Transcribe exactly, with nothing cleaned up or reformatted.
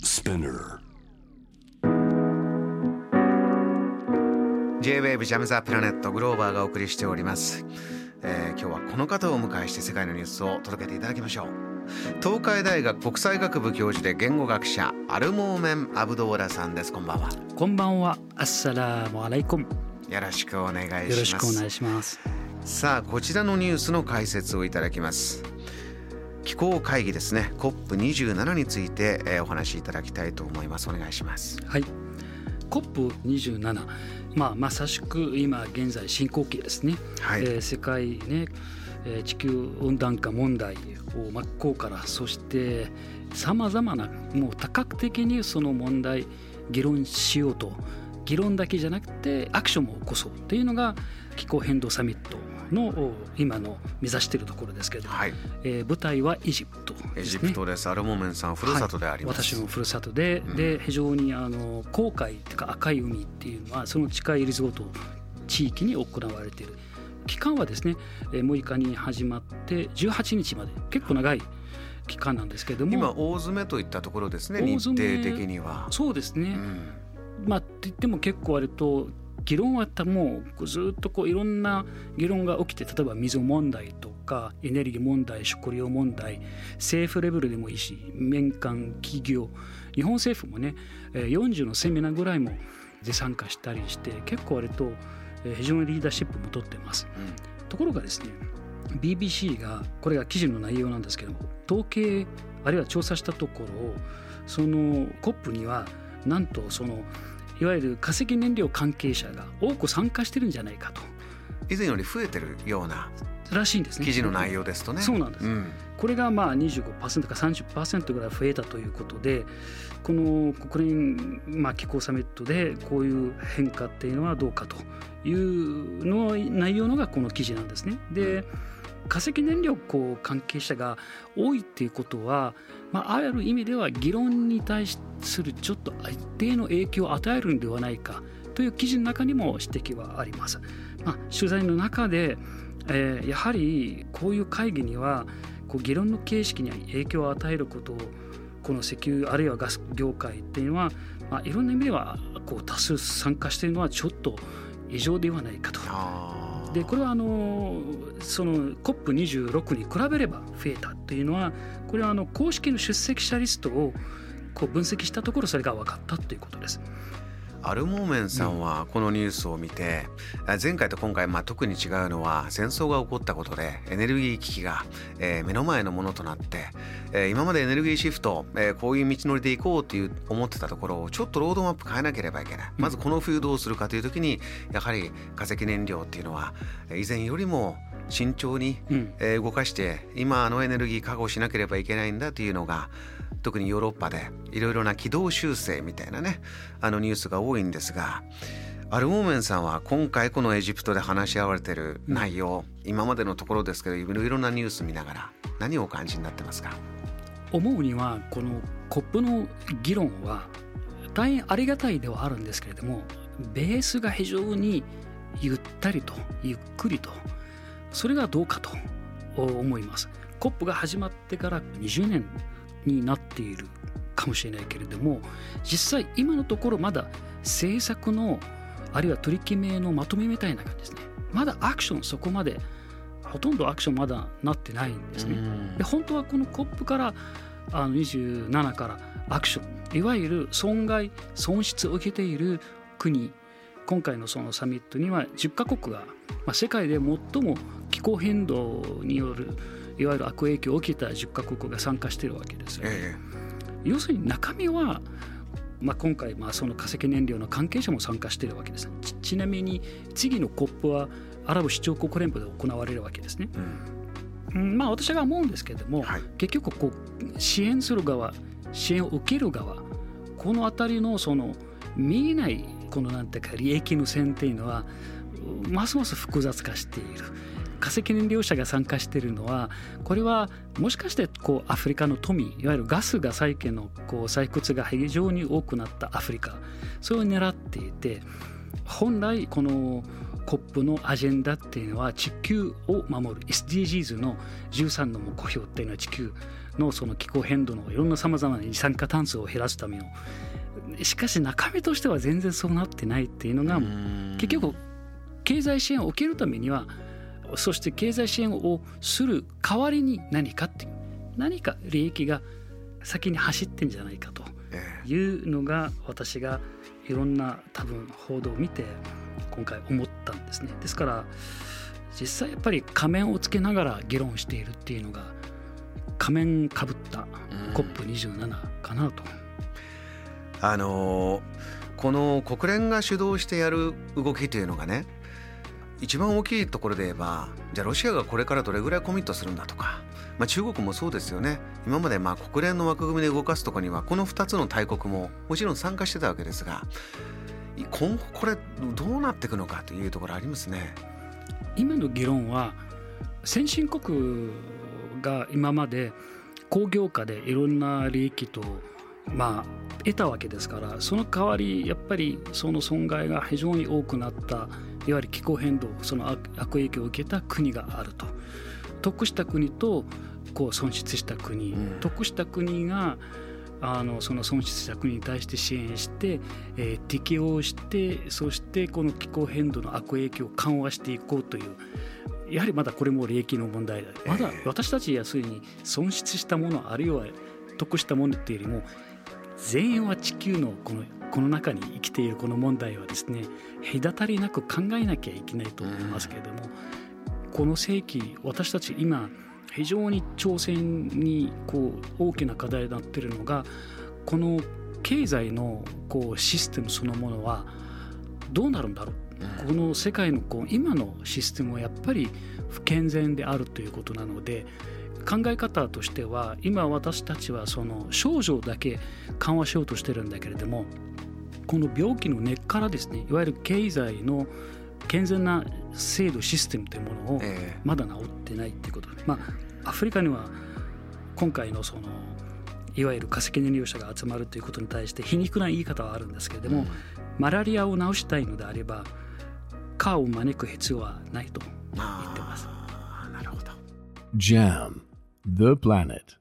Spinner J-ウェーブ ジャムザプラネットグローバーがお送りしております、えー、今日はこの方をお迎えして世界のニュースを届けていただきましょう。東海大学国際学部教授で言語学者アルモーメン・アブドーラさんです。こんばんは。 こんばんは。アッサラムアライコム。 よろしくお願いします。 よろしくお願いします。 さあ、こちらのニュースの解説をいただきます。気候会議ですね コップにじゅうなな について、えー、お話しいただきたいと思います。お願いします。 はい、コップにじゅうなな、まあ、まさしく今現在進行形ですね、はい。えー、世界ね、えー、地球温暖化問題を真っ向から、そしてさまざまなもう多角的にその問題議論しようと、議論だけじゃなくてアクションも起こそうというのが気候変動サミットの今の目指しているところですけれども、はい。えー、舞台はエジプトですね。 エジプトです。アルモーメンさんふるさとであります、はい、私のふるさとで、うん、で非常にあの紅海というか赤い海っていうのはその近いリゾート地域に行われている。期間はですねむいかに始まってじゅうはちにちまで、結構長い期間なんですけれども、 今大詰めといったところですね。日程的にはそうですね、うん、まあって言っても結構あると議論はもうずっとこういろんな議論が起きて、例えば水問題とかエネルギー問題、食料問題、政府レベルでもいいし、民間企業、日本政府もねよんじゅうのセミナーぐらいもで参加したりして、結構あれと非常にリーダーシップも取っています、うん、ところがですね ビービーシー が、これが記事の内容なんですけども、統計あるいは調査したところ、その コップ にはなんとそのいわゆる化石燃料関係者が多く参加してるんじゃないかと。 以前より増えてるようならしいんですね、 記事の内容ですとね。 そうなんです、うん、これがまあ にじゅうごパーセント か さんじゅっパーセント ぐらい増えたということで、この国連、まあ、気候サミットでこういう変化っていうのはどうかというの内容のがこの記事なんですね。で、化石燃料こう関係者が多いっていうことは、まあ、ある意味では議論に対するちょっと一定の影響を与えるんではないかという記事の中にも指摘はあります。まあ、取材の中で、えー、やはりこういう会議にはこう議論の形式に影響を与えることを、この石油あるいはガス業界っていうのは、まあ、いろんな意味ではこう多数参加しているのはちょっと異常ではないかと。でこれはあのその コップにじゅうろく に比べれば増えたというのは、これはあの公式の出席者リストをこう分析したところ、それが分かったということです。 アルモーメンさんはこのニュースを見て、うん、前回と今回、まあ、特に違うのは戦争が起こったことでエネルギー危機が、えー、目の前のものとなって、えー、今までエネルギーシフト、えー、こういう道のりで行こうという思ってたところをちょっとロードマップ変えなければいけない、うん、まずこの冬どうするかという時に、やはり化石燃料っていうのは以前よりも慎重に、うんえー、動かして今あのエネルギー確保しなければいけないんだというのが、特にヨーロッパでいろいろな軌道修正みたいなね、あのニュースが多いんですが、アルモーメンさんは今回このエジプトで話し合われている内容、うん、今までのところですけどいろいろなニュース見ながら何をお感じになってますか？ 思うにはこの コップ の議論は大変ありがたいではあるんですけれども、ベースが非常にゆったりとゆっくりと、それがどうかと思います。 コップ が始まってからにじゅうねんになっているかもしれないけれども、実際今のところまだ政策のあるいは取り決めのまとめみたいな感じですね。まだアクション、そこまでほとんどアクションまだなってないんですね。で本当はこの コップ からあのにじゅうななからアクション、いわゆる損害損失を受けている国、今回のそのサミットにはじゅっかこくが、まあ、世界で最も気候変動によるいわゆる悪影響を受けたじゅっかこくが参加しているわけですよ、ええ、要するに中身は、まあ、今回まあその化石燃料の関係者も参加しているわけです。 ち, ちなみに次の コップ はアラブ首長国連邦で行われるわけですね、うん、まあ私が思うんですけれども、はい、結局こう支援する側、支援を受ける側、このあたりのその見えないこのなんていうか利益の線っていうのはますます複雑化している。化石燃料者が参加しているのは、これはもしかしてこうアフリカの富、いわゆるガスが債券のこう採掘が非常に多くなったアフリカ、それを狙っていて、本来このコップのアジェンダっていうのは地球を守る エスディージーズ のじゅうさんの目標っていうのは地球のその気候変動のいろんなさまざまな二酸化炭素を減らすための、しかし中身としては全然そうなってないっていうのが結局経済支援を受けるためには、そして経済支援をする代わりに何かっていう何か利益が先に走ってんじゃないかというのが私がいろんな多分報道を見て今回思ったんですね。ですから実際やっぱり仮面をつけながら議論しているっていうのが仮面かぶった コップにじゅうなな かなと。 あのー、この国連が主導してやる動きというのがね、一番大きいところで言えば、じゃあロシアがこれからどれぐらいコミットするんだとか、まあ、中国もそうですよね。今までまあ国連の枠組みで動かすところにはこのふたつの大国ももちろん参加してたわけですが、今後これどうなっていくのかというところありますね。 今の議論は先進国が今まで工業化でいろんな利益とまあ得たわけですから、その代わりやっぱりその損害が非常に多くなった、いわゆる気候変動その悪影響を受けた国があると。得した国とこう損失した国、うん、得した国があのその損失した国に対して支援して、えー、適応して、そしてこの気候変動の悪影響を緩和していこうという、やはりまだこれも利益の問題だ。まだ私たちやすいに損失したものあるいは得したものっていうよりも、全員は地球のこのこの中に生きているこの問題はですね、隔たりなく考えなきゃいけないと思いますけれども、うん、この世紀私たち今非常に挑戦にこう大きな課題になっているのが、この経済のこうシステムそのものはどうなるんだろう、うん、この世界のこう今のシステムはやっぱり不健全であるということなので、考え方としては今私たちはその症状だけ緩和しようとしてるんだけれども、この病気の根っからですね、いわゆる経済の健全な制度システムというものをまだ治ってないということで、まあ、アフリカには今回のそのいわゆる化石燃料者が集まるということに対して皮肉な言い方はあるんですけれども、うん、マラリアを治したいのであれば蚊を招く必要はないと言ってます。 なるほど。 ジャム The Planet